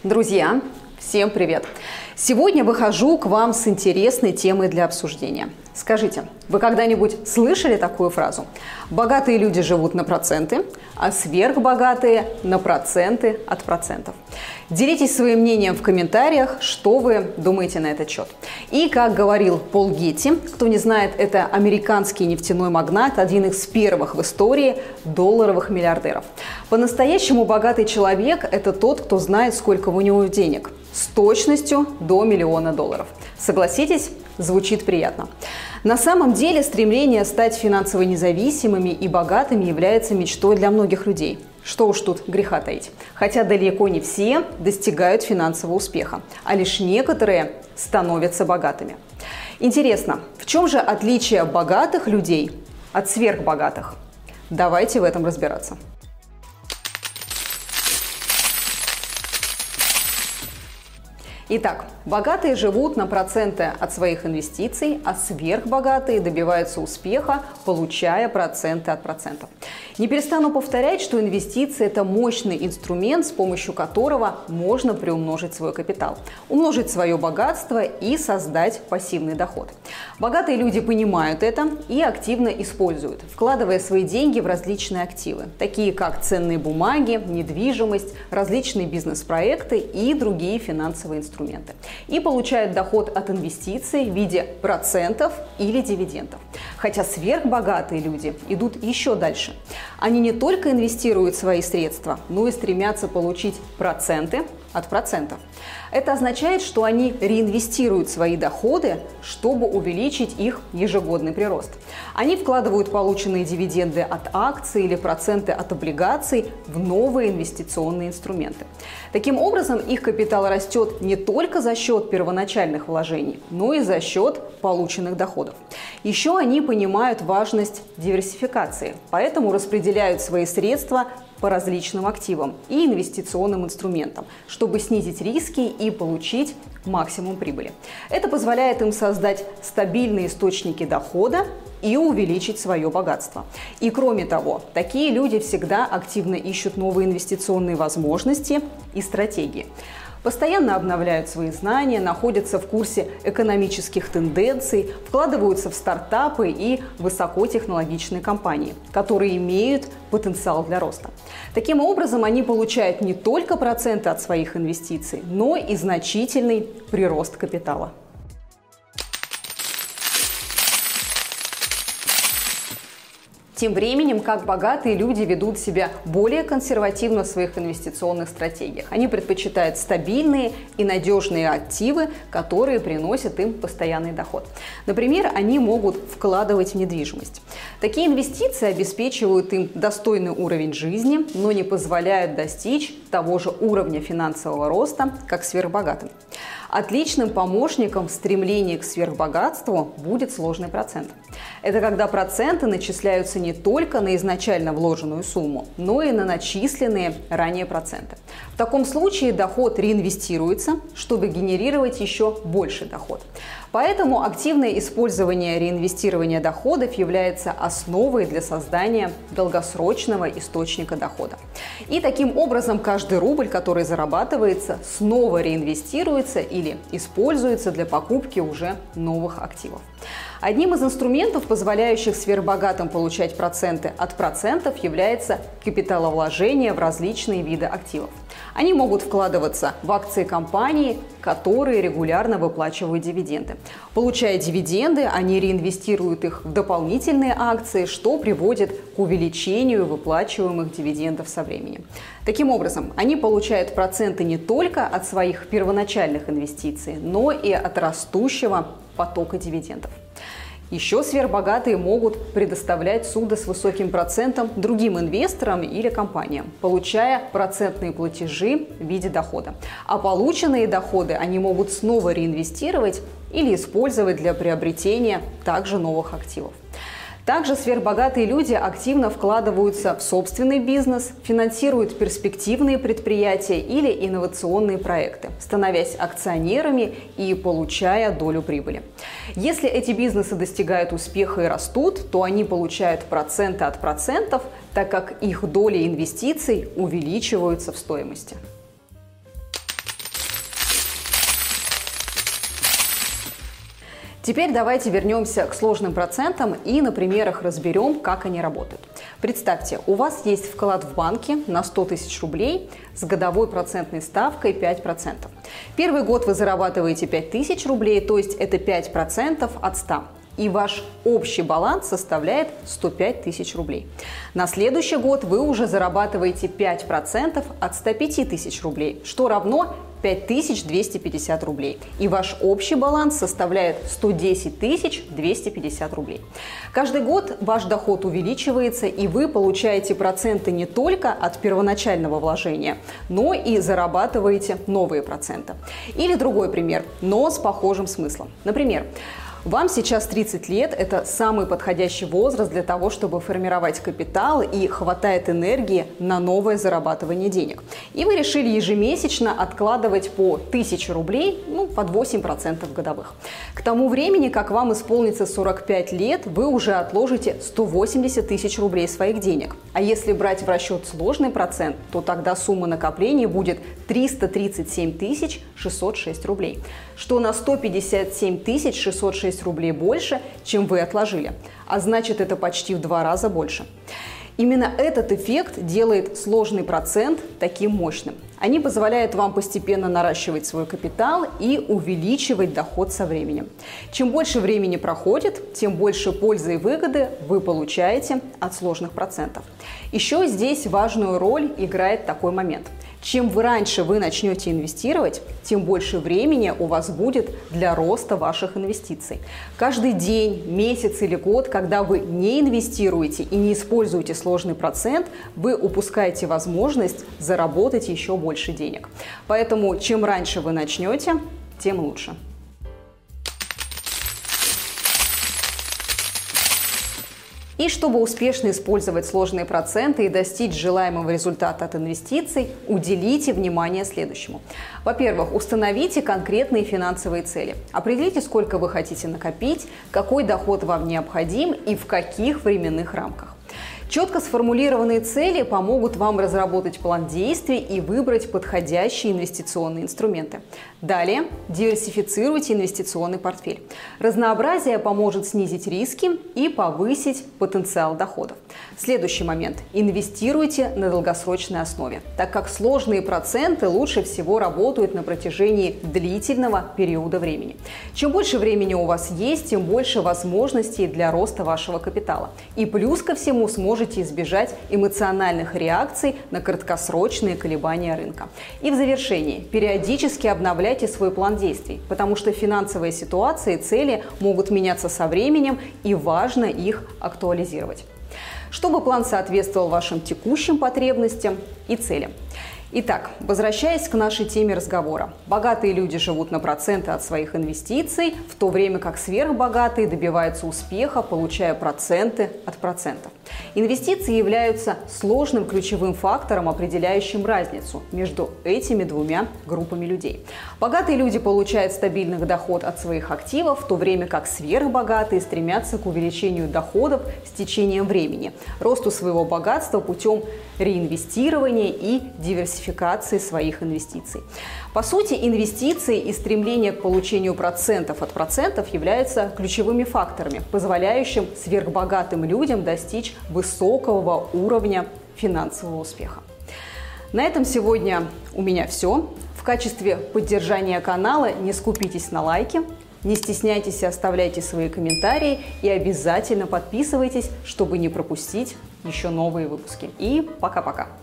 Друзья, всем привет! Сегодня выхожу к вам с интересной темой для обсуждения. Скажите, вы когда-нибудь слышали такую фразу? Богатые люди живут на проценты, а сверхбогатые на проценты от процентов. Делитесь своим мнением в комментариях, что вы думаете на этот счет. И, как говорил Пол Гетти, кто не знает, это американский нефтяной магнат, один из первых в истории долларовых миллиардеров. По-настоящему богатый человек – это тот, кто знает, сколько у него денег. С точностью до $1 миллиона. Согласитесь, звучит приятно. На самом деле стремление стать финансово независимыми и богатыми является мечтой для многих людей. Что уж тут греха таить. Хотя далеко не все достигают финансового успеха, а лишь некоторые становятся богатыми. Интересно, в чем же отличие богатых людей от сверхбогатых? Давайте в этом разбираться. Итак, богатые живут на проценты от своих инвестиций, а сверхбогатые добиваются успеха, получая проценты от процентов. Не перестану повторять, что инвестиции – это мощный инструмент, с помощью которого можно приумножить свой капитал, умножить свое богатство и создать пассивный доход. Богатые люди понимают это и активно используют, вкладывая свои деньги в различные активы, такие как ценные бумаги, недвижимость, различные бизнес-проекты и другие финансовые инструменты. И получают доход от инвестиций в виде процентов или дивидендов. Хотя сверхбогатые люди идут еще дальше. Они не только инвестируют свои средства, но и стремятся получить проценты от процентов. Это означает, что они реинвестируют свои доходы, чтобы увеличить их ежегодный прирост. Они вкладывают полученные дивиденды от акций или проценты от облигаций в новые инвестиционные инструменты. Таким образом, их капитал растет не только за счет первоначальных вложений, но и за счет полученных доходов. Еще они понимают важность диверсификации, поэтому распределяют свои средства по различным активам и инвестиционным инструментам, чтобы снизить риски и получить максимум прибыли. Это позволяет им создать стабильные источники дохода и увеличить свое богатство. И кроме того, такие люди всегда активно ищут новые инвестиционные возможности и стратегии. Постоянно обновляют свои знания, находятся в курсе экономических тенденций, вкладываются в стартапы и высокотехнологичные компании, которые имеют потенциал для роста. Таким образом, они получают не только проценты от своих инвестиций, но и значительный прирост капитала. Тем временем, как богатые люди ведут себя более консервативно в своих инвестиционных стратегиях. Они предпочитают стабильные и надежные активы, которые приносят им постоянный доход. Например, они могут вкладывать в недвижимость. Такие инвестиции обеспечивают им достойный уровень жизни, но не позволяют достичь того же уровня финансового роста, как сверхбогатым. Отличным помощником в стремлении к сверхбогатству будет сложный процент. Это когда проценты начисляются не только на изначально вложенную сумму, но и на начисленные ранее проценты. В таком случае доход реинвестируется, чтобы генерировать еще больший доход. Поэтому активное использование реинвестирования доходов является основой для создания долгосрочного источника дохода. И таким образом каждый рубль, который зарабатывается, снова реинвестируется или используется для покупки уже новых активов. Одним из инструментов, позволяющих сверхбогатым получать проценты от процентов, является капиталовложение в различные виды активов. Они могут вкладываться в акции компаний, которые регулярно выплачивают дивиденды. Получая дивиденды, они реинвестируют их в дополнительные акции, что приводит к увеличению выплачиваемых дивидендов со временем. Таким образом, они получают проценты не только от своих первоначальных инвестиций, но и от растущего потока дивидендов. Еще сверхбогатые могут предоставлять суды с высоким процентом другим инвесторам или компаниям, получая процентные платежи в виде дохода. А полученные доходы они могут снова реинвестировать или использовать для приобретения также новых активов. Также сверхбогатые люди активно вкладываются в собственный бизнес, финансируют перспективные предприятия или инновационные проекты, становясь акционерами и получая долю прибыли. Если эти бизнесы достигают успеха и растут, то они получают проценты от процентов, так как их доли инвестиций увеличиваются в стоимости. Теперь давайте вернемся к сложным процентам и на примерах разберем, как они работают. Представьте, у вас есть вклад в банке на 100 тысяч рублей с годовой процентной ставкой 5%. Первый год вы зарабатываете 5 тысяч рублей, то есть это 5% от 100. И ваш общий баланс составляет 105 тысяч рублей. На следующий год вы уже зарабатываете 5% от 105 тысяч рублей, что равно 5250 рублей. И ваш общий баланс составляет 110 250 рублей. Каждый год ваш доход увеличивается, и вы получаете проценты не только от первоначального вложения, но и зарабатываете новые проценты. Или другой пример, но с похожим смыслом. Например, вам сейчас 30 лет, это самый подходящий возраст для того, чтобы формировать капитал, и хватает энергии на новое зарабатывание денег. И вы решили ежемесячно откладывать по 1000 рублей, под 8% годовых. К тому времени, как вам исполнится 45 лет, вы уже отложите 180 тысяч рублей своих денег. А если брать в расчет сложный процент, то тогда сумма накопления будет 337 606 рублей, что на 157 606 рублей больше, чем вы отложили. А значит, это почти в 2 раза больше. Именно этот эффект делает сложный процент таким мощным. Они позволяют вам постепенно наращивать свой капитал и увеличивать доход со временем. Чем больше времени проходит, тем больше пользы и выгоды вы получаете от сложных процентов. Еще здесь важную роль играет такой момент. Чем раньше вы начнете инвестировать, тем больше времени у вас будет для роста ваших инвестиций. Каждый день, месяц или год, когда вы не инвестируете и не используете сложный процент, вы упускаете возможность заработать еще больше денег. Поэтому чем раньше вы начнете, тем лучше. И чтобы успешно использовать сложные проценты и достичь желаемого результата от инвестиций, уделите внимание следующему. Во-первых, установите конкретные финансовые цели. Определите, сколько вы хотите накопить, какой доход вам необходим и в каких временных рамках. Четко сформулированные цели помогут вам разработать план действий и выбрать подходящие инвестиционные инструменты. Далее, диверсифицируйте инвестиционный портфель. Разнообразие поможет снизить риски и повысить потенциал доходов. Следующий момент. Инвестируйте на долгосрочной основе, так как сложные проценты лучше всего работают на протяжении длительного периода времени. Чем больше времени у вас есть, тем больше возможностей для роста вашего капитала. И плюс ко всему сможете избежать эмоциональных реакций на краткосрочные колебания рынка. И в завершении, периодически обновляйте свой план действий, потому что финансовые ситуации и цели могут меняться со временем, и важно их актуализировать, чтобы план соответствовал вашим текущим потребностям и целям. Итак, возвращаясь к нашей теме разговора. Богатые люди живут на проценты от своих инвестиций, в то время как сверхбогатые добиваются успеха, получая проценты от процентов. Инвестиции являются сложным ключевым фактором, определяющим разницу между этими двумя группами людей. Богатые люди получают стабильный доход от своих активов, в то время как сверхбогатые стремятся к увеличению доходов с течением времени, росту своего богатства путем реинвестирования и диверсификации своих инвестиций. По сути, инвестиции и стремление к получению процентов от процентов являются ключевыми факторами, позволяющим сверхбогатым людям достичь высокого уровня финансового успеха. На этом сегодня у меня все. В качестве поддержания канала не скупитесь на лайки, не стесняйтесь и оставляйте свои комментарии, и обязательно подписывайтесь, чтобы не пропустить еще новые выпуски. И пока-пока!